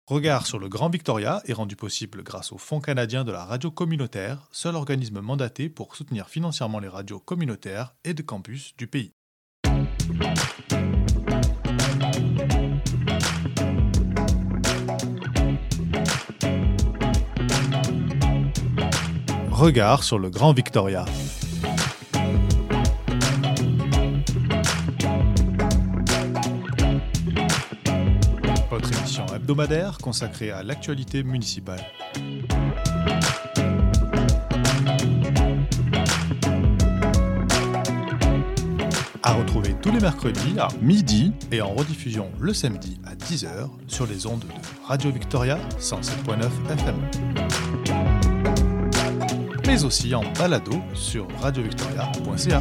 Regard sur le Grand Victoria est rendu possible grâce au Fonds canadien de la radio communautaire, seul organisme mandaté pour soutenir financièrement les radios communautaires et de campus du pays. Regard sur le Grand Victoria. Votre émission hebdomadaire consacrée à l'actualité municipale. À retrouver tous les mercredis à midi et en rediffusion le samedi à 10h sur les ondes de Radio Victoria 107.9 FM. Mais aussi en balado sur radiovictoria.ca.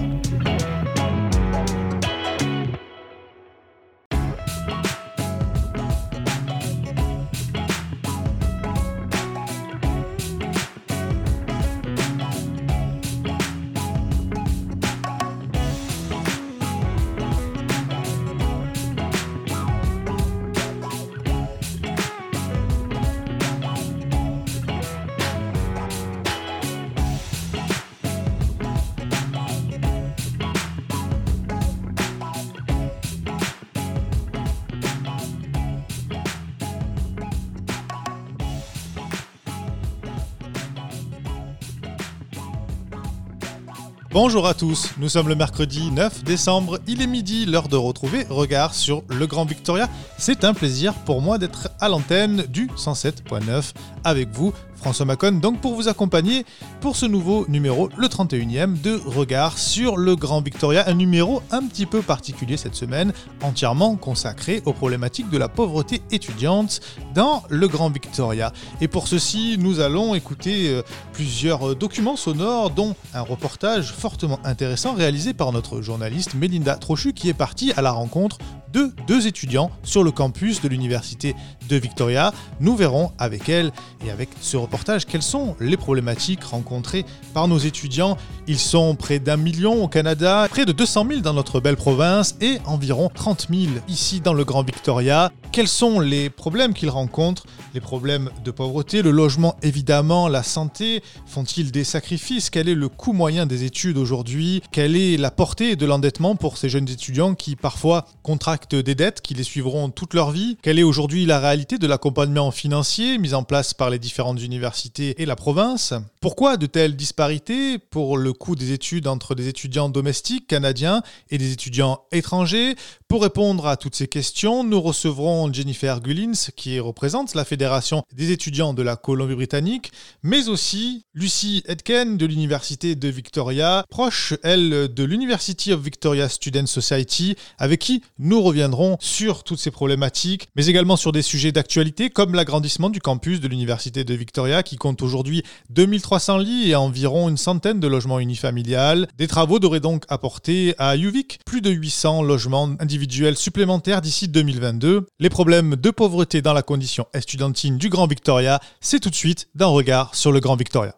Bonjour à tous, nous sommes le mercredi 9 décembre, il est midi, l'heure de retrouver Regard sur le Grand Victoria. C'est un plaisir pour moi d'être à l'antenne du 107.9 avec vous, François Macon, donc pour vous accompagner pour ce nouveau numéro, le 31e de Regard sur le Grand Victoria, un numéro un petit peu particulier cette semaine, entièrement consacré aux problématiques de la pauvreté étudiante dans le Grand Victoria. Et pour ceci, nous allons écouter plusieurs documents sonores, dont un reportage fortement intéressant réalisé par notre journaliste Mélinda Trochu qui est partie à la rencontre de deux étudiants sur le campus de l'Université de Victoria. Nous verrons avec elle et avec ce reportage quelles sont les problématiques rencontrées par nos étudiants. Ils sont près d'1 million au Canada, près de 200 000 dans notre belle province et environ 30 000 ici dans le Grand Victoria. Quels sont les problèmes qu'ils rencontrent? Les problèmes de pauvreté, le logement évidemment, la santé. Font-ils des sacrifices? Quel est le coût moyen des études aujourd'hui? Quelle est la portée de l'endettement pour ces jeunes étudiants qui parfois contractent des dettes qui les suivront toute leur vie? Quelle est aujourd'hui la réalité de l'accompagnement financier mis en place par les différentes universités et la province? Pourquoi de telles disparités pour le coût des études entre des étudiants domestiques canadiens et des étudiants étrangers? Pour répondre à toutes ces questions, nous recevrons Jennifer Gullins qui représente la Fédération des étudiants de la Colombie-Britannique, mais aussi Lucy Etken de l'Université de Victoria, proche, elle, de l'University of Victoria Student Society, avec qui nous reviendrons sur toutes ces problématiques, mais également sur des sujets d'actualité comme l'agrandissement du campus de l'Université de Victoria qui compte aujourd'hui 2300 lits et environ une centaine de logements unifamiliales. Des travaux devraient donc apporter à UVic plus de 800 logements individuels supplémentaires d'ici 2022. Les problèmes de pauvreté dans la condition estudiantine du Grand Victoria, c'est tout de suite d'un regard sur le Grand Victoria.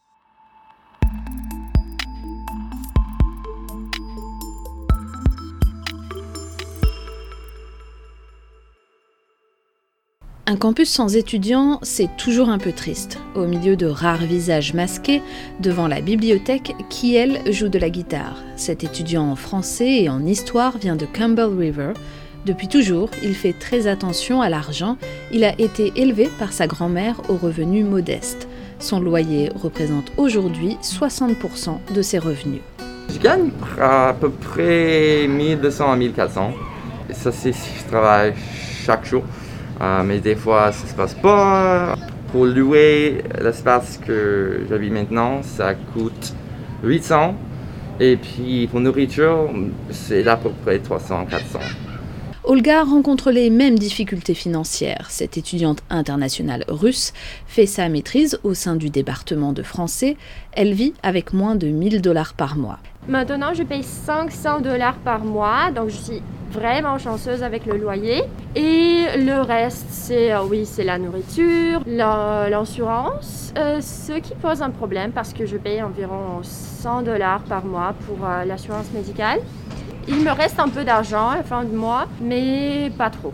Un campus sans étudiants, c'est toujours un peu triste, au milieu de rares visages masqués, devant la bibliothèque qui, elle, joue de la guitare. Cet étudiant en français et en histoire vient de Campbell River. Depuis toujours, il fait très attention à l'argent. Il a été élevé par sa grand-mère aux revenus modestes. Son loyer représente aujourd'hui 60% de ses revenus. Je gagne à peu près 1200 à 1400. Ça, c'est si je travaille chaque jour. Mais des fois, ça se passe pas. Pour louer l'espace que j'habite maintenant, ça coûte 800. Et puis pour nourriture, c'est à peu près 300, 400. Olga rencontre les mêmes difficultés financières. Cette étudiante internationale russe fait sa maîtrise au sein du département de français. Elle vit avec moins de 1 000 $ par mois. Maintenant, je paye 500 $ par mois, donc je suis vraiment chanceuse avec le loyer. Et le reste, c'est la nourriture, l'assurance, ce qui pose un problème parce que je paye environ 100 $ par mois pour l'assurance médicale. Il me reste un peu d'argent à la fin du mois, mais pas trop.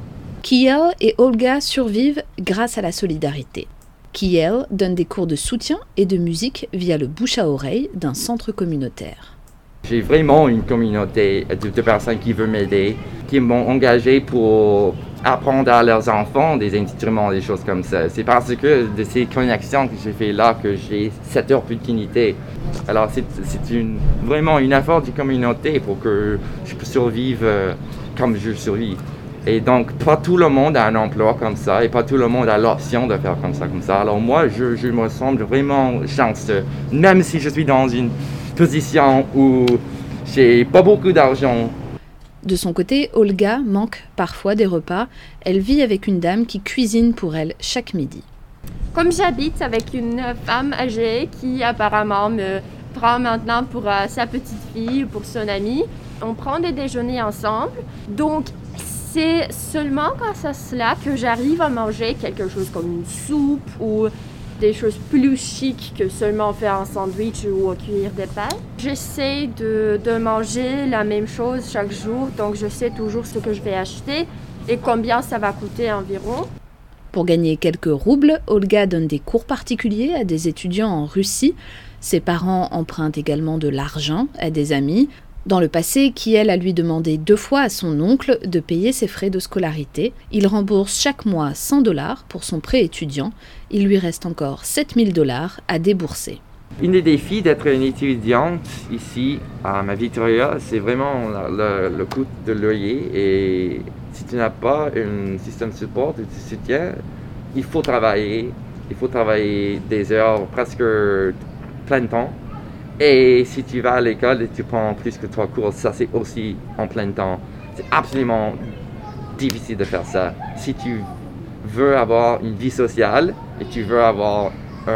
Kiel et Olga survivent grâce à la solidarité. Kiel donne des cours de soutien et de musique via le bouche à oreille d'un centre communautaire. J'ai vraiment une communauté de personnes qui veulent m'aider, qui m'ont engagé pour apprendre à leurs enfants des instruments, des choses comme ça. C'est parce que de ces connexions que j'ai fait là que j'ai cette opportunité. Alors c'est vraiment un effort de communauté pour que je puisse survivre comme je survis. Et donc, pas tout le monde a un emploi comme ça et pas tout le monde a l'option de faire comme ça. Alors moi, je me semble vraiment chanceux, même si je suis dans une position où j'ai pas beaucoup d'argent. De son côté, Olga manque parfois des repas. Elle vit avec une dame qui cuisine pour elle chaque midi. Comme j'habite avec une femme âgée qui apparemment me prend maintenant pour sa petite fille ou pour son amie, on prend des déjeuners ensemble. Donc, c'est seulement grâce à cela que j'arrive à manger quelque chose comme une soupe ou des choses plus chics que seulement faire un sandwich ou cuire des pâtes. J'essaie de manger la même chose chaque jour, donc je sais toujours ce que je vais acheter et combien ça va coûter environ. Pour gagner quelques roubles, Olga donne des cours particuliers à des étudiants en Russie. Ses parents empruntent également de l'argent à des amis. Dans le passé, Kiel a lui demandé 2 fois à son oncle de payer ses frais de scolarité. Il rembourse chaque mois $100 pour son prêt étudiant. Il lui reste encore $7,000 à débourser. Une des défis d'être une étudiante ici à Victoria, c'est vraiment le coût de loyer. Et si tu n'as pas un système de support, de soutien, il faut travailler. Il faut travailler des heures, presque plein temps. Et si tu vas à l'école et tu prends plus que 3 cours, ça c'est aussi en plein temps. C'est absolument difficile de faire ça. Si tu veux avoir une vie sociale et tu veux avoir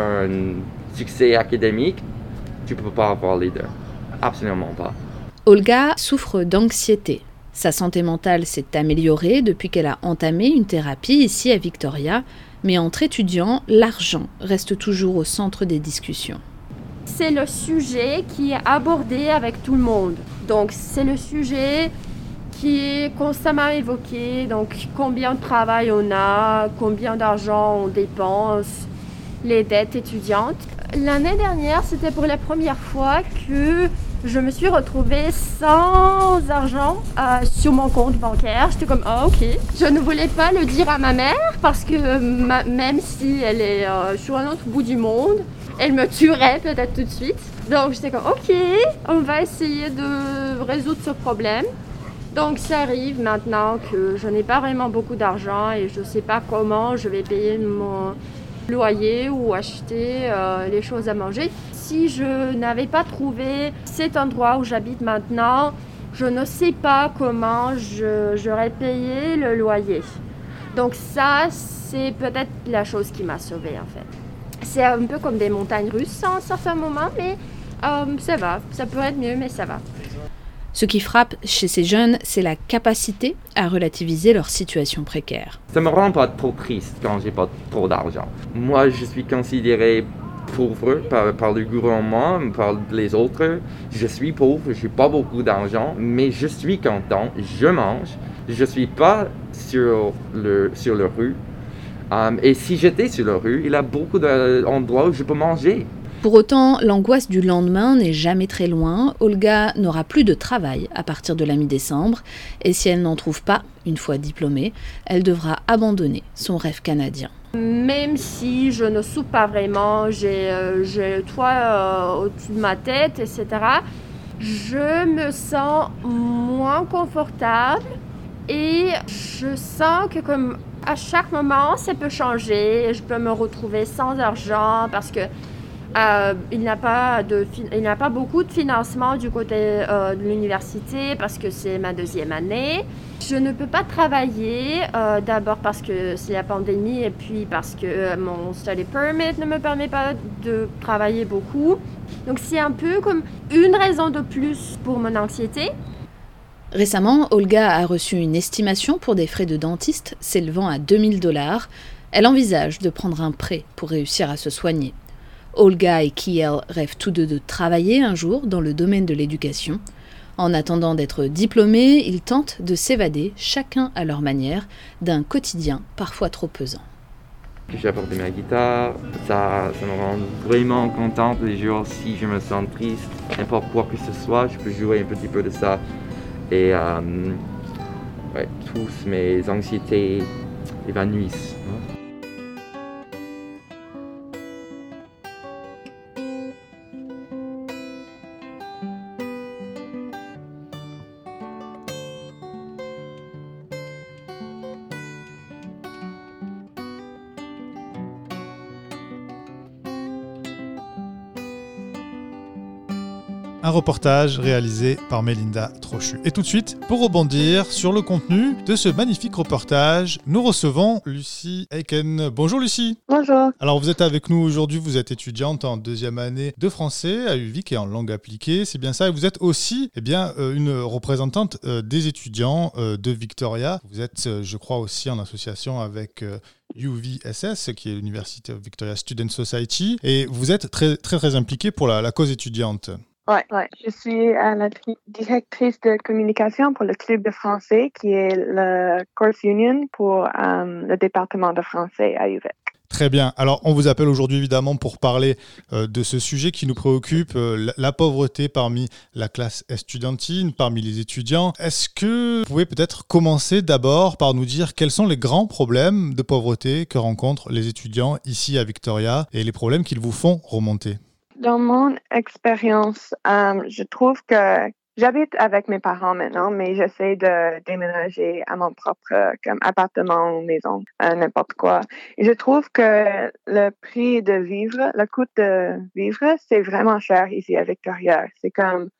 un succès académique, tu ne peux pas avoir les deux. Absolument pas. Olga souffre d'anxiété. Sa santé mentale s'est améliorée depuis qu'elle a entamé une thérapie ici à Victoria, mais entre étudiants, l'argent reste toujours au centre des discussions. C'est le sujet qui est abordé avec tout le monde. Donc, c'est le sujet qui est constamment évoqué. Donc, combien de travail on a, combien d'argent on dépense, les dettes étudiantes. L'année dernière, c'était pour la première fois que je me suis retrouvée sans argent sur mon compte bancaire. J'étais comme, ah ok. Je ne voulais pas le dire à ma mère parce que même si elle est sur un autre bout du monde, elle me tuerait peut-être tout de suite. Donc j'étais comme, ok, on va essayer de résoudre ce problème. Donc ça arrive maintenant que je n'ai pas vraiment beaucoup d'argent et je ne sais pas comment je vais payer mon loyer ou acheter les choses à manger. Si je n'avais pas trouvé cet endroit où j'habite maintenant, je ne sais pas comment j'aurais payé le loyer. Donc ça, c'est peut-être la chose qui m'a sauvée en fait. C'est un peu comme des montagnes russes à un certain moment, mais ça va. Ça peut être mieux, mais ça va. Ce qui frappe chez ces jeunes, c'est la capacité à relativiser leur situation précaire. Ça me rend pas trop triste quand j'ai pas trop d'argent. Moi, je suis considéré pauvre par le gouvernement, par les autres. Je suis pauvre, j'ai pas beaucoup d'argent, mais je suis content, je mange. Je suis pas sur la rue. Et si j'étais sur la rue, il y a beaucoup d'endroits où je peux manger. Pour autant, l'angoisse du lendemain n'est jamais très loin. Olga n'aura plus de travail à partir de la mi-décembre. Et si elle n'en trouve pas, une fois diplômée, elle devra abandonner son rêve canadien. Même si je ne soupe pas vraiment, j'ai le toit au-dessus de ma tête, etc., je me sens moins confortable et je sens que comme à chaque moment, ça peut changer. Je peux me retrouver sans argent parce que il n'y a pas beaucoup de financement du côté de l'université parce que c'est ma 2e année. Je ne peux pas travailler, d'abord parce que c'est la pandémie et puis parce que mon study permit ne me permet pas de travailler beaucoup. Donc c'est un peu comme une raison de plus pour mon anxiété. Récemment, Olga a reçu une estimation pour des frais de dentiste s'élevant à $2,000. Elle envisage de prendre un prêt pour réussir à se soigner. Olga et Kiel rêvent tous deux de travailler un jour dans le domaine de l'éducation. En attendant d'être diplômés, ils tentent de s'évader, chacun à leur manière, d'un quotidien parfois trop pesant. J'ai apporté ma guitare, ça me rend vraiment content les jours si je me sens triste, n'importe quoi que ce soit, je peux jouer un petit peu de ça et tous mes anxiétés évanouissent. Un reportage réalisé par Mélinda Trochu. Et tout de suite, pour rebondir sur le contenu de ce magnifique reportage, nous recevons Lucie Aiken. Bonjour Lucie. Bonjour. Alors vous êtes avec nous aujourd'hui, vous êtes étudiante en 2e année de français à UVic et en langue appliquée, c'est bien ça. Et vous êtes aussi une représentante des étudiants de Victoria. Vous êtes, je crois, aussi en association avec UVSS, qui est l'Université of Victoria Student Society. Et vous êtes très, très, très impliquée pour la cause étudiante. Ouais. Je suis la directrice de communication pour le club de français, qui est le Course Union pour le département de français à UVic. Très bien. Alors, on vous appelle aujourd'hui évidemment pour parler de ce sujet qui nous préoccupe, la pauvreté parmi la classe estudiantine, parmi les étudiants. Est-ce que vous pouvez peut-être commencer d'abord par nous dire quels sont les grands problèmes de pauvreté que rencontrent les étudiants ici à Victoria et les problèmes qu'ils vous font remonter? Dans mon expérience, je trouve que j'habite avec mes parents maintenant, mais j'essaie de déménager à mon propre appartement ou maison, n'importe quoi. Et je trouve que le prix de vivre, le coût de vivre, c'est vraiment cher ici à Victoria. C'est comme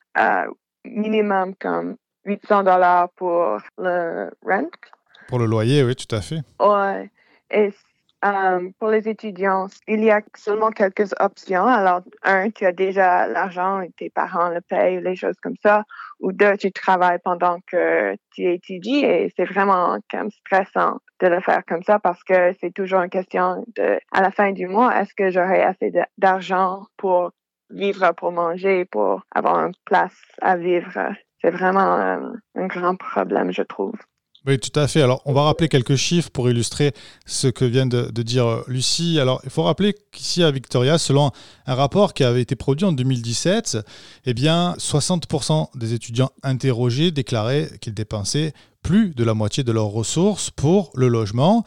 minimum comme $800 pour le rent. Pour le loyer, oui, tout à fait. Ouais. Et pour les étudiants, il y a seulement quelques options. Alors, tu as déjà l'argent et tes parents le payent, les choses comme ça. Ou 2, tu travailles pendant que tu étudies et c'est vraiment comme stressant de le faire comme ça parce que c'est toujours une question à la fin du mois, est-ce que j'aurai assez d'argent pour vivre, pour manger, pour avoir une place à vivre? C'est vraiment un grand problème, je trouve. Oui, tout à fait. Alors, on va rappeler quelques chiffres pour illustrer ce que vient de dire Lucie. Alors, il faut rappeler qu'ici à Victoria, selon un rapport qui avait été produit en 2017, 60% des étudiants interrogés déclaraient qu'ils dépensaient plus de la moitié de leurs ressources pour le logement.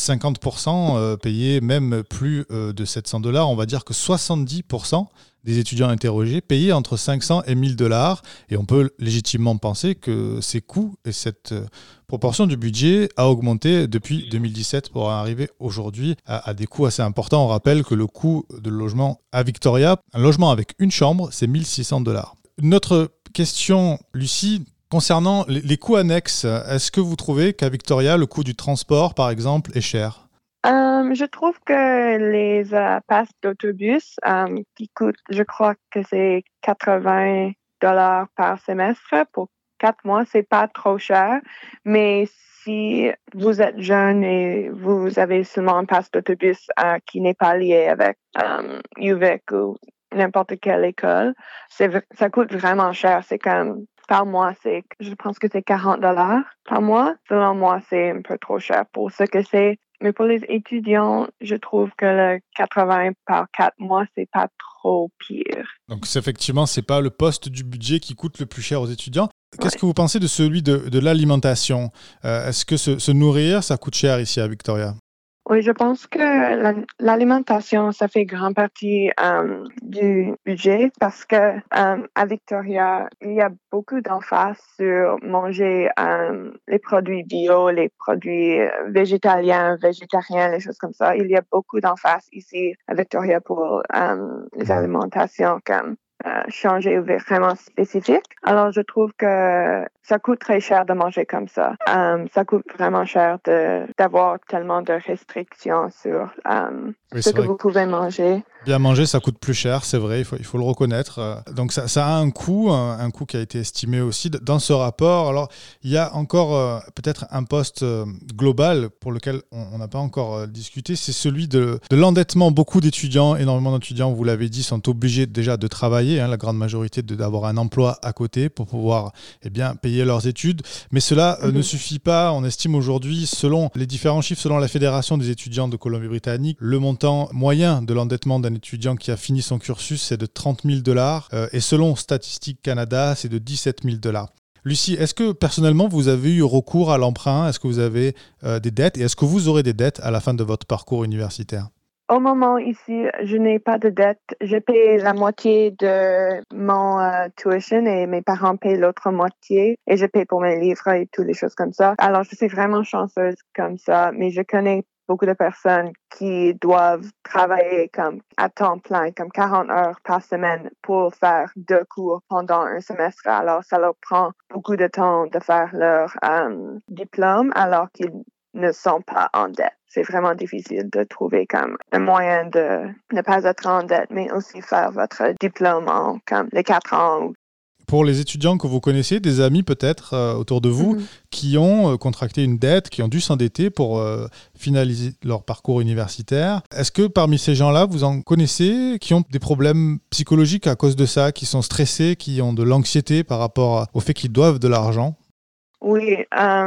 50% payaient même plus de $700. On va dire que 70% des étudiants interrogés payaient entre $500 et $1,000. Et on peut légitimement penser que ces coûts et cette proportion du budget a augmenté depuis 2017 pour arriver aujourd'hui à des coûts assez importants. On rappelle que le coût de logement à Victoria, un logement avec une chambre, c'est $1,600. Notre question, Lucie, concernant les coûts annexes, est-ce que vous trouvez qu'à Victoria, le coût du transport, par exemple, est cher? Je trouve que les passes d'autobus qui coûtent, je crois que c'est $80 par semestre pour 4 mois, c'est pas trop cher. Mais si vous êtes jeune et vous avez seulement un passe d'autobus qui n'est pas lié avec UVic ou n'importe quelle école, ça coûte vraiment cher. C'est comme par mois, je pense que c'est $40 par mois. Selon moi, c'est un peu trop cher pour ce que c'est. Mais pour les étudiants, je trouve que le 80 par 4 mois, c'est pas trop pire. Donc effectivement, c'est pas le poste du budget qui coûte le plus cher aux étudiants. Qu'est-ce que vous pensez de celui de l'alimentation? Est-ce que se nourrir, ça coûte cher ici à Victoria? Oui, je pense que l'alimentation, ça fait grande partie du budget parce que à Victoria, il y a beaucoup d'emphase sur manger les produits bio, les produits végétariens, les choses comme ça. Il y a beaucoup d'emphase ici à Victoria pour les alimentations comme changer ou vraiment spécifique. Alors, je trouve que ça coûte très cher de manger comme ça. Ça coûte vraiment cher d'avoir tellement de restrictions sur ce que vous pouvez manger. Bien manger, ça coûte plus cher, c'est vrai, il faut le reconnaître. Donc ça a un coût qui a été estimé aussi dans ce rapport. Alors, il y a encore peut-être un poste global pour lequel on n'a pas encore discuté, c'est celui de l'endettement. Beaucoup d'étudiants, énormément d'étudiants, vous l'avez dit, sont obligés déjà de travailler travailler, la grande majorité d'avoir un emploi à côté pour pouvoir payer leurs études. Mais cela ne suffit pas. On estime aujourd'hui, selon les différents chiffres, selon la Fédération des étudiants de Colombie-Britannique, le montant moyen de l'endettement d'un étudiant qui a fini son cursus, c'est de $30,000. Et selon Statistique Canada, c'est de $17,000. Lucie, est-ce que personnellement, vous avez eu recours à l'emprunt? Est-ce que vous avez des dettes? Et est-ce que vous aurez des dettes à la fin de votre parcours universitaire? Au moment ici, je n'ai pas de dette. Je paye la moitié de mon tuition et mes parents payent l'autre moitié. Et je paye pour mes livres et toutes les choses comme ça. Alors, je suis vraiment chanceuse comme ça. Mais je connais beaucoup de personnes qui doivent travailler comme à temps plein, comme 40 heures par semaine pour faire 2 cours pendant un semestre. Alors, ça leur prend beaucoup de temps de faire leur diplôme alors qu'ils ne sont pas en dette. C'est vraiment difficile de trouver comme un moyen de ne pas être en dette, mais aussi faire votre diplôme en comme les 4 ans. Pour les étudiants que vous connaissez, des amis peut-être autour de vous, qui ont contracté une dette, qui ont dû s'endetter pour finaliser leur parcours universitaire. Est-ce que parmi ces gens-là, vous en connaissez qui ont des problèmes psychologiques à cause de ça, qui sont stressés, qui ont de l'anxiété par rapport au fait qu'ils doivent de l'argent? Oui,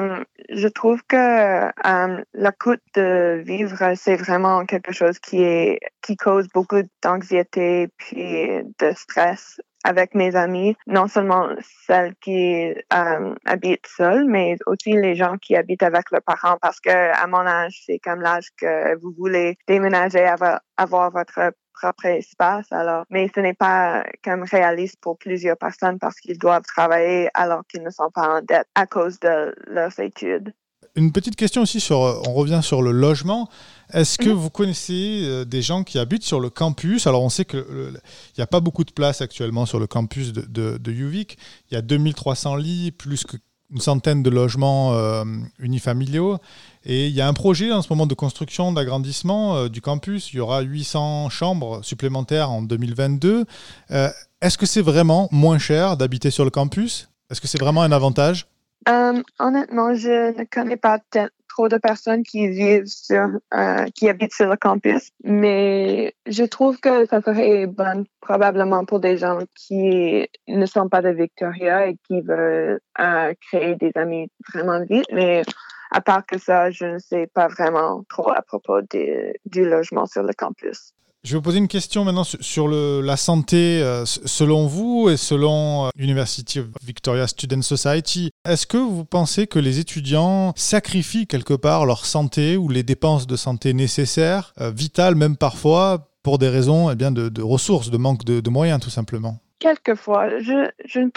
je trouve que le coût de vivre, c'est vraiment quelque chose qui cause beaucoup d'anxiété puis de stress avec mes amis, non seulement celles qui habitent seules, mais aussi les gens qui habitent avec leurs parents, parce que à mon âge, c'est comme l'âge que vous voulez déménager, avoir votre propre espace. Alors, mais ce n'est pas comme réaliste pour plusieurs personnes parce qu'ils doivent travailler alors qu'ils ne sont pas en dette à cause de leurs études. Une petite question aussi on revient sur le logement. Est-ce que vous connaissez des gens qui habitent sur le campus? Alors, on sait qu'il n'y a pas beaucoup de place actuellement sur le campus de UVic. Il y a 2300 lits, plus qu'une centaine de logements unifamiliaux. Et il y a un projet en ce moment de construction, d'agrandissement du campus. Il y aura 800 chambres supplémentaires en 2022. Est-ce que c'est vraiment moins cher d'habiter sur le campus? Est-ce que c'est vraiment un avantage? Honnêtement, je ne connais pas trop de personnes qui habitent sur le campus, mais je trouve que ça serait bon probablement pour des gens qui ne sont pas de Victoria et qui veulent créer des amis vraiment vite, mais à part que ça, je ne sais pas vraiment trop à propos du logement sur le campus. Je vais vous poser une question maintenant sur la santé. Selon vous et selon University of Victoria Student Society, est-ce que vous pensez que les étudiants sacrifient quelque part leur santé ou les dépenses de santé nécessaires, vitales même parfois, pour des raisons de ressources, de manque de moyens tout simplement? Quelquefois, je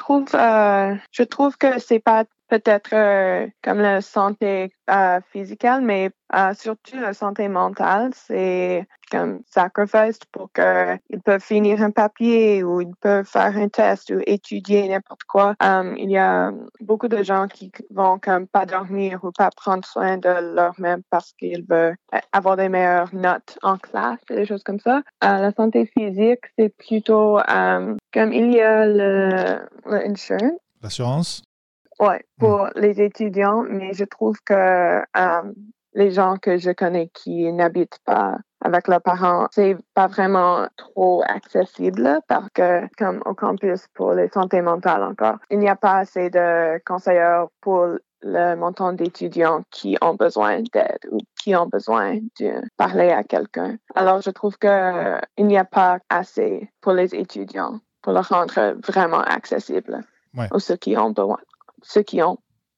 trouve que c'est pas peut-être comme la santé physique, mais surtout la santé mentale, c'est comme sacrifice pour qu'ils peuvent finir un papier ou ils peuvent faire un test ou étudier n'importe quoi. Il y a beaucoup de gens qui vont comme pas dormir ou pas prendre soin de leur-même parce qu'ils veulent avoir des meilleures notes en classe et des choses comme ça. La santé physique, c'est plutôt comme il y a l'insurance. L'assurance? Oui, pour les étudiants, mais je trouve que les gens que je connais qui n'habitent pas avec leurs parents, c'est pas vraiment trop accessible parce que, comme au campus pour les santé mentale encore, il n'y a pas assez de conseillers pour le montant d'étudiants qui ont besoin d'aide ou qui ont besoin de parler à quelqu'un. Alors, je trouve que il n'y a pas assez pour les étudiants pour le rendre vraiment accessible aux ceux qui ont besoin. Ceux qui ont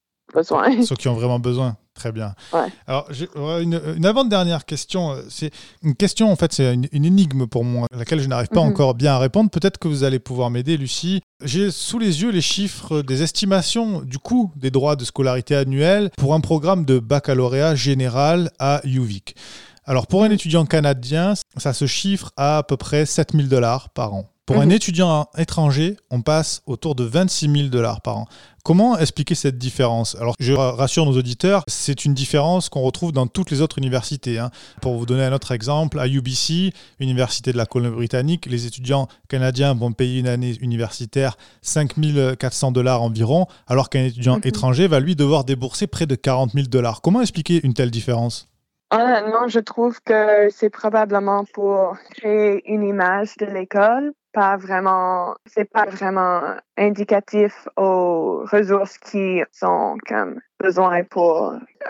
vraiment besoin. Très bien. Ouais. Alors, j'ai une avant-dernière question. C'est une question, en fait, c'est une énigme pour moi, à laquelle je n'arrive pas encore bien à répondre. Peut-être que vous allez pouvoir m'aider, Lucie. J'ai sous les yeux les chiffres des estimations du coût des droits de scolarité annuels pour un programme de baccalauréat général à UVic. Alors, pour un étudiant canadien, ça se chiffre à peu près $7,000 par an. Pour un étudiant étranger, on passe autour de $26,000 par an. Comment expliquer cette différence? Alors, je rassure nos auditeurs, c'est une différence qu'on retrouve dans toutes les autres universités. Pour vous donner un autre exemple, à UBC, Université de la Colombie-Britannique, les étudiants canadiens vont payer une année universitaire $5,400 environ, alors qu'un étudiant étranger va lui devoir débourser près de $40,000. Comment expliquer une telle différence? Honnêtement, je trouve que c'est probablement pour créer une image de l'école. c'est pas vraiment indicatif aux ressources qui sont comme besoin pour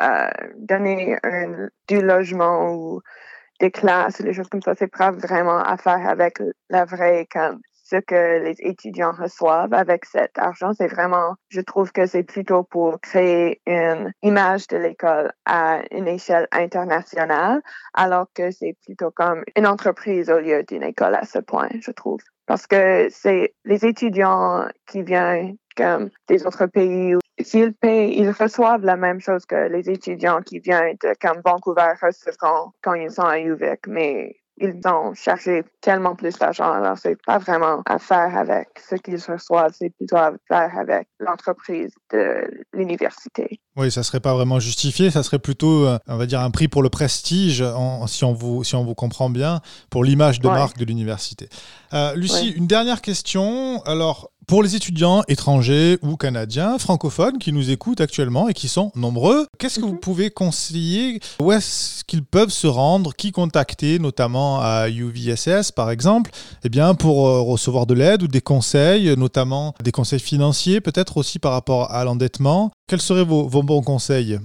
donner du logement ou des classes, des choses comme ça. C'est pas vraiment à faire avec la vraie comme ce que les étudiants reçoivent avec cet argent. C'est vraiment, je trouve que c'est plutôt pour créer une image de l'école à une échelle internationale, alors que c'est plutôt comme une entreprise au lieu d'une école à ce point, je trouve. Parce que c'est les étudiants qui viennent comme des autres pays, ils reçoivent la même chose que les étudiants qui viennent de comme Vancouver recevront quand ils sont à UVic, mais ils ont cherché tellement plus d'argent, alors c'est pas vraiment à faire avec ce qu'ils reçoivent, c'est plutôt à faire avec l'entreprise de l'université. Oui, ça serait pas vraiment justifié, ça serait plutôt, on va dire, un prix pour le prestige, si on vous comprend bien, pour l'image de marque de l'université. Lucie, une dernière question. Alors, pour les étudiants étrangers ou canadiens, francophones qui nous écoutent actuellement et qui sont nombreux, qu'est-ce que vous pouvez conseiller? Où est-ce qu'ils peuvent se rendre? Qui contacter, notamment à UVSS par exemple, pour recevoir de l'aide ou des conseils, notamment des conseils financiers, peut-être aussi par rapport à l'endettement? Quels seraient vos bons conseils?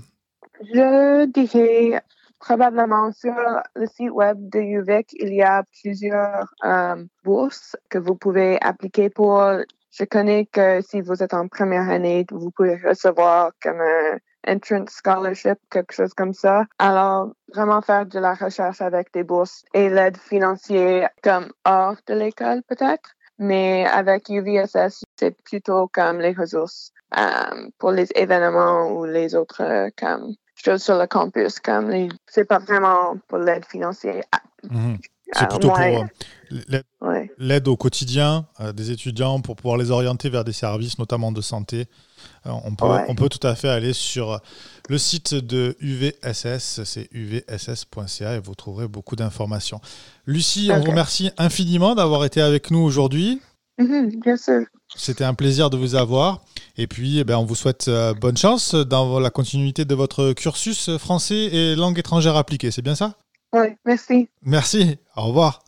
Je dirais probablement sur le site web de UVic, il y a plusieurs bourses que vous pouvez appliquer pour. Je connais que si vous êtes en première année, vous pouvez recevoir comme un entrance scholarship, quelque chose comme ça. Alors, vraiment faire de la recherche avec des bourses et l'aide financière comme hors de l'école peut-être. Mais avec UVSS, c'est plutôt comme les ressources pour les événements ou les autres comme choses sur le campus. C'est pas vraiment pour l'aide financière. C'est plutôt pour l'aide au quotidien des étudiants pour pouvoir les orienter vers des services, notamment de santé. On peut tout à fait aller sur le site de UVSS, c'est uvss.ca et vous trouverez beaucoup d'informations. Lucie, on vous remercie infiniment d'avoir été avec nous aujourd'hui. Bien sûr. C'était un plaisir de vous avoir. Et puis, on vous souhaite bonne chance dans la continuité de votre cursus français et langue étrangère appliquée. C'est bien ça? Oui, merci. Merci. Au revoir.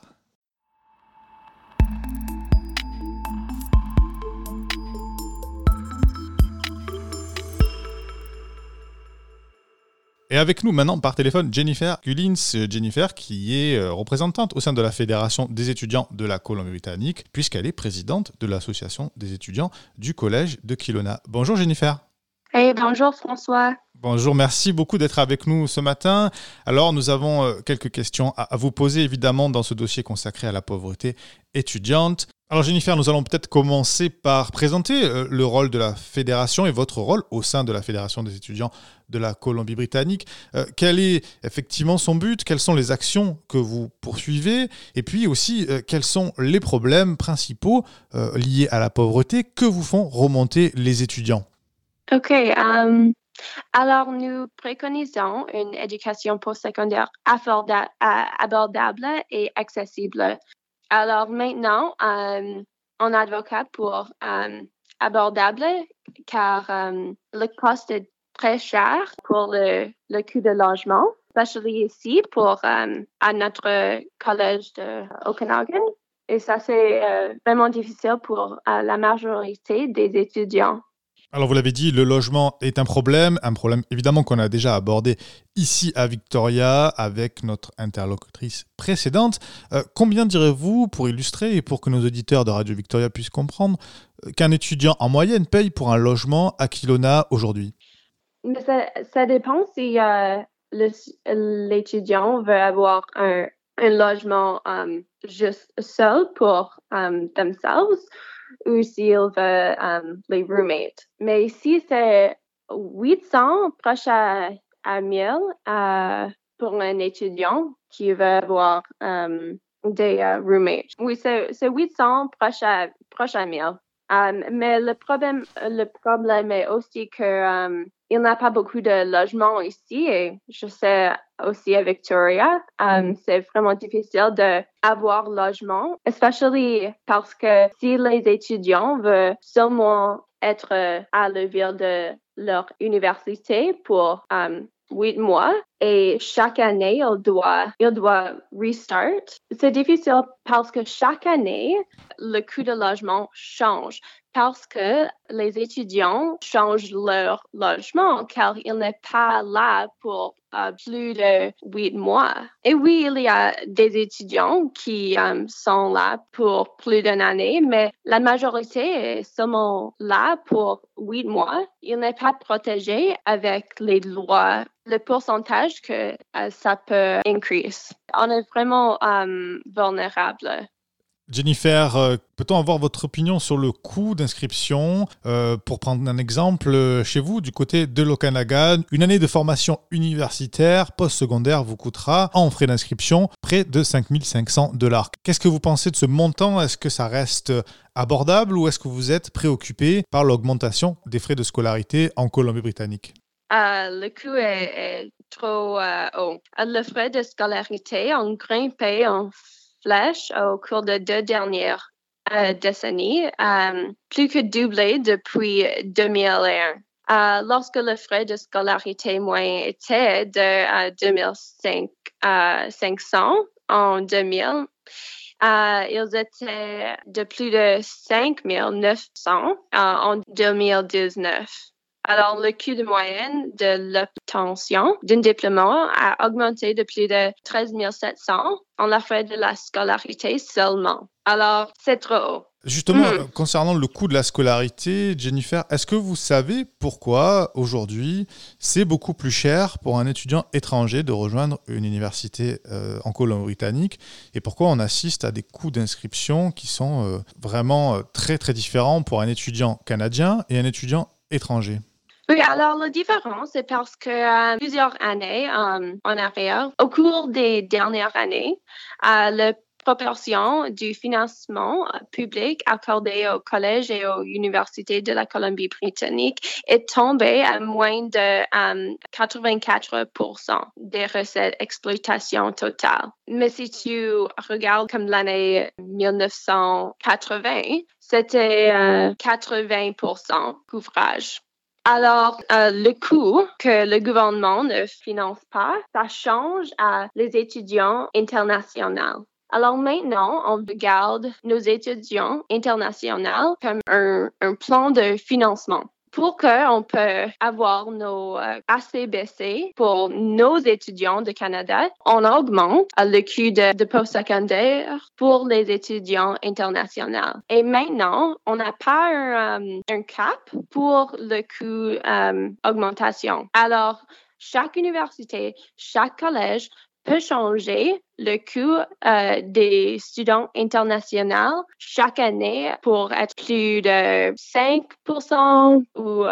Et avec nous maintenant par téléphone, Jennifer Gullins. Jennifer qui est représentante au sein de la Fédération des étudiants de la Colombie-Britannique, puisqu'elle est présidente de l'Association des étudiants du Collège de Kelowna. Bonjour Jennifer. Hey, bonjour François. Bonjour, merci beaucoup d'être avec nous ce matin. Alors, nous avons quelques questions à vous poser, évidemment, dans ce dossier consacré à la pauvreté étudiante. Alors, Jennifer, nous allons peut-être commencer par présenter le rôle de la fédération et votre rôle au sein de la Fédération des étudiants de la Colombie-Britannique. Quel est effectivement son but? Quelles sont les actions que vous poursuivez? Et puis aussi, quels sont les problèmes principaux liés à la pauvreté que vous font remonter les étudiants? OK. Alors, nous préconisons une éducation postsecondaire abordable et accessible. Alors maintenant, on advoque pour abordable car le cost est très cher pour le coût de logement, spécialement ici à notre collège de Okanagan. Et ça, c'est vraiment difficile pour la majorité des étudiants. Alors vous l'avez dit, le logement est un problème évidemment qu'on a déjà abordé ici à Victoria avec notre interlocutrice précédente. Combien direz-vous, pour illustrer et pour que nos auditeurs de Radio Victoria puissent comprendre, qu'un étudiant en moyenne paye pour un logement à Kelowna aujourd'hui? Mais ça dépend si l'étudiant veut avoir un logement juste seul pour themselves ou s'il veut les roommates. Mais ici, c'est 800 proche à 1000 pour un étudiant qui veut avoir des roommates. Oui, c'est 800 proche à 1000. Mais le problème est aussi que il n'y a pas beaucoup de logements ici et je sais aussi à Victoria, c'est vraiment difficile d'avoir logement, especially parce que si les étudiants veulent seulement être à la ville de leur université pour 8 mois et chaque année, il doit restart. C'est difficile parce que chaque année, le coût de logement change parce que les étudiants changent leur logement car il n'est pas là pour plus de 8 mois. Et oui, il y a des étudiants qui sont là pour plus d'une année, mais la majorité est seulement là pour 8 mois. Il n'est pas protégé avec les lois, le pourcentage que ça peut increase. On est vraiment vulnérable. Jennifer, peut-on avoir votre opinion sur le coût d'inscription? Pour prendre un exemple, chez vous, du côté de l'Okanagan, une année de formation universitaire post-secondaire vous coûtera, en frais d'inscription, près de 5 500 $. Qu'est-ce que vous pensez de ce montant? Est-ce que ça reste abordable ou est-ce que vous êtes préoccupé par l'augmentation des frais de scolarité en Colombie-Britannique? Le coût est trop haut. Le frais de scolarité ont grimpé en flèche au cours de 2 dernières décennies, plus que doublé depuis 2001. Lorsque le frais de scolarité moyen était de 2500 en 2000, ils étaient de plus de 5 900 en 2019. Alors, le coût de moyenne de l'obtention d'un diplôme a augmenté de plus de 13 700 en la frais de la scolarité seulement. Alors, c'est trop haut. Justement, concernant le coût de la scolarité, Jennifer, est-ce que vous savez pourquoi aujourd'hui c'est beaucoup plus cher pour un étudiant étranger de rejoindre une université en Colombie-Britannique et pourquoi on assiste à des coûts d'inscription qui sont vraiment très très différents pour un étudiant canadien et un étudiant étranger? Oui, alors la différence, c'est parce que plusieurs années en arrière, au cours des dernières années, la proportion du financement public accordé aux collèges et aux universités de la Colombie-Britannique est tombée à moins de 84% des recettes d'exploitation totale. Mais si tu regardes comme l'année 1980, c'était 80% couvrage. Alors, le coût que le gouvernement ne finance pas, ça change à les étudiants internationaux. Alors maintenant, on regarde nos étudiants internationaux comme un plan de financement. Pour qu'on peut avoir nos ACBC pour nos étudiants de Canada, on augmente le coût de post-secondaire pour les étudiants internationaux. Et maintenant, on n'a pas un cap pour le coût augmentation. Alors, chaque université, chaque collège peut changer le coût des students internationaux chaque année pour être plus de 5% ou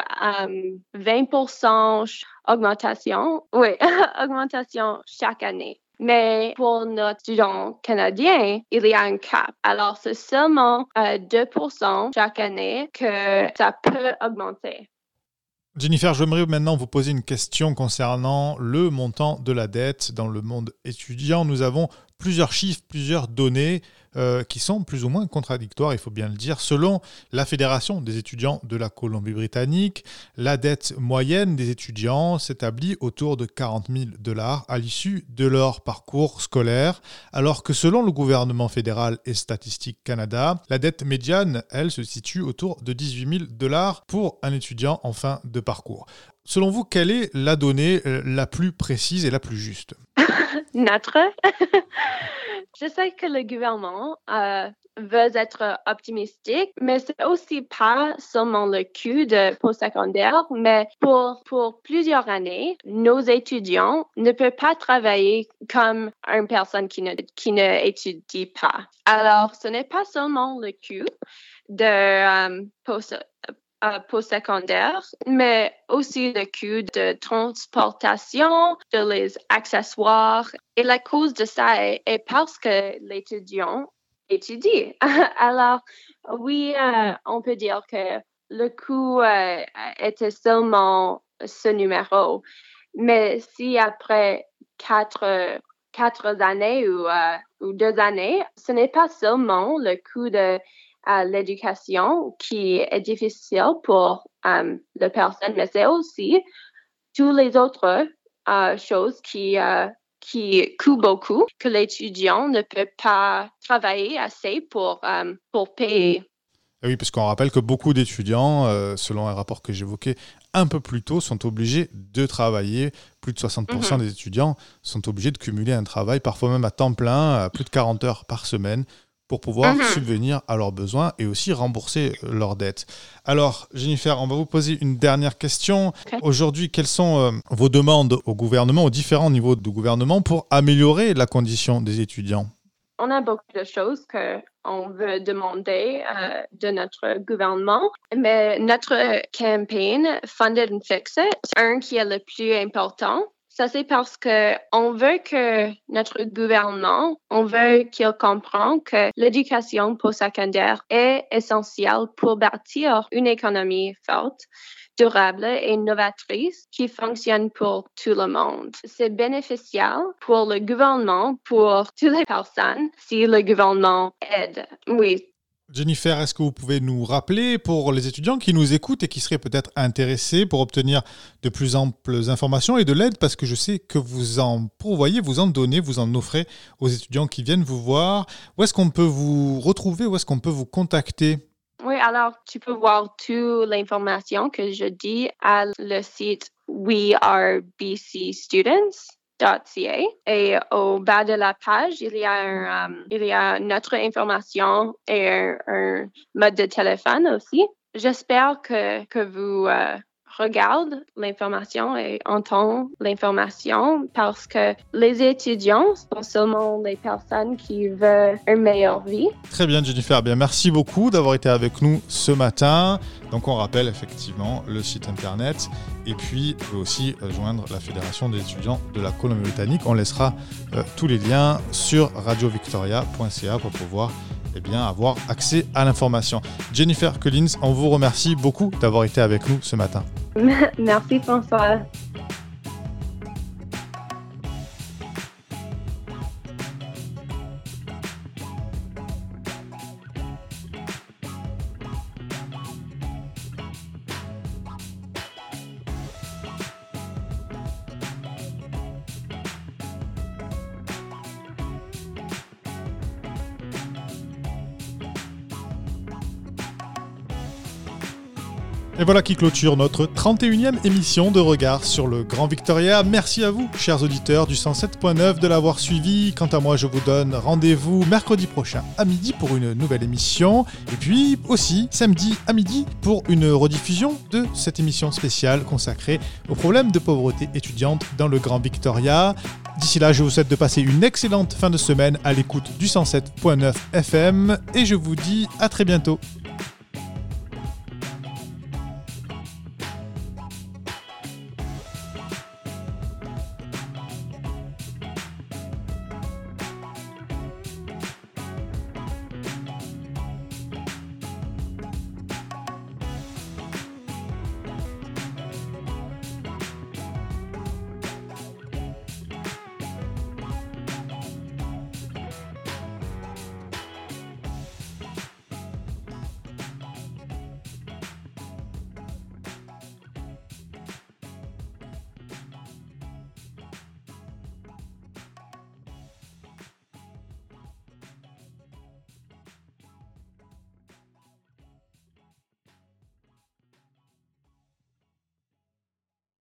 20% augmentation. Oui, augmentation chaque année. Mais pour nos étudiants canadiens, il y a un cap. Alors, c'est seulement 2% chaque année que ça peut augmenter. Jennifer, j'aimerais maintenant vous poser une question concernant le montant de la dette dans le monde étudiant. Nous avons plusieurs chiffres, plusieurs données qui sont plus ou moins contradictoires, il faut bien le dire. Selon la Fédération des étudiants de la Colombie-Britannique, la dette moyenne des étudiants s'établit autour de 40 000 $ à l'issue de leur parcours scolaire, alors que selon le gouvernement fédéral et Statistique Canada, la dette médiane, elle, se situe autour de 18 000 $ pour un étudiant en fin de parcours. Selon vous, quelle est la donnée la plus précise et la plus juste? Notre. Je sais que le gouvernement veut être optimistique, mais c'est aussi pas seulement le coût de post-secondaire, mais pour plusieurs années, nos étudiants ne peuvent pas travailler comme une personne qui ne étudie pas. Alors, ce n'est pas seulement le coût de post-secondaire, mais aussi le coût de transportation, de les accessoires. Et la cause de ça est parce que l'étudiant étudie. Alors, oui, on peut dire que le coût était seulement ce numéro. Mais si après quatre années ou 2 années, ce n'est pas seulement le coût de l'éducation qui est difficile pour la personne, mais c'est aussi tous les autres chose qui coûte beaucoup, que l'étudiant ne peut pas travailler assez pour payer. Et oui, parce qu'on rappelle que beaucoup d'étudiants, selon un rapport que j'évoquais un peu plus tôt, sont obligés de travailler. Plus de 60% des étudiants sont obligés de cumuler un travail, parfois même à temps plein, à plus de 40 heures par semaine, pour pouvoir subvenir à leurs besoins et aussi rembourser leurs dettes. Alors, Jennifer, on va vous poser une dernière question. Okay. Aujourd'hui, quelles sont vos demandes au gouvernement, aux différents niveaux de gouvernement, pour améliorer la condition des étudiants? On a beaucoup de choses qu'on veut demander de notre gouvernement, mais notre campagne Fund It and Fix It, c'est un qui est le plus important. Ça, c'est parce qu'on veut que notre gouvernement, on veut qu'il comprenne que l'éducation postsecondaire est essentielle pour bâtir une économie forte, durable et novatrice qui fonctionne pour tout le monde. C'est bénéficial pour le gouvernement, pour toutes les personnes, si le gouvernement aide. Oui. Jennifer, est-ce que vous pouvez nous rappeler pour les étudiants qui nous écoutent et qui seraient peut-être intéressés pour obtenir de plus amples informations et de l'aide, parce que je sais que vous en pourvoyez, vous en donnez, vous en offrez aux étudiants qui viennent vous voir. Où est-ce qu'on peut vous retrouver? Où est-ce qu'on peut vous contacter? Oui, alors tu peux voir toute l'information que je dis à le site wearebcstudents.ca et au bas de la page, il y a notre information et un mode de téléphone aussi. J'espère que vous regardez l'information et entendez l'information parce que les étudiants sont seulement les personnes qui veulent une meilleure vie. Très bien, Jennifer. Bien, merci beaucoup d'avoir été avec nous ce matin. Donc, on rappelle effectivement le site internet et puis on peut aussi joindre la Fédération des étudiants de la Colombie-Britannique. On laissera tous les liens sur radiovictoria.ca pour pouvoir avoir accès à l'information. Jennifer Collins, on vous remercie beaucoup d'avoir été avec nous ce matin. Merci François. Et voilà qui clôture notre 31e émission de Regard sur le Grand Victoria. Merci à vous, chers auditeurs du 107.9, de l'avoir suivi. Quant à moi, je vous donne rendez-vous mercredi prochain à midi pour une nouvelle émission. Et puis aussi samedi à midi pour une rediffusion de cette émission spéciale consacrée aux problèmes de pauvreté étudiante dans le Grand Victoria. D'ici là, je vous souhaite de passer une excellente fin de semaine à l'écoute du 107.9 FM et je vous dis à très bientôt.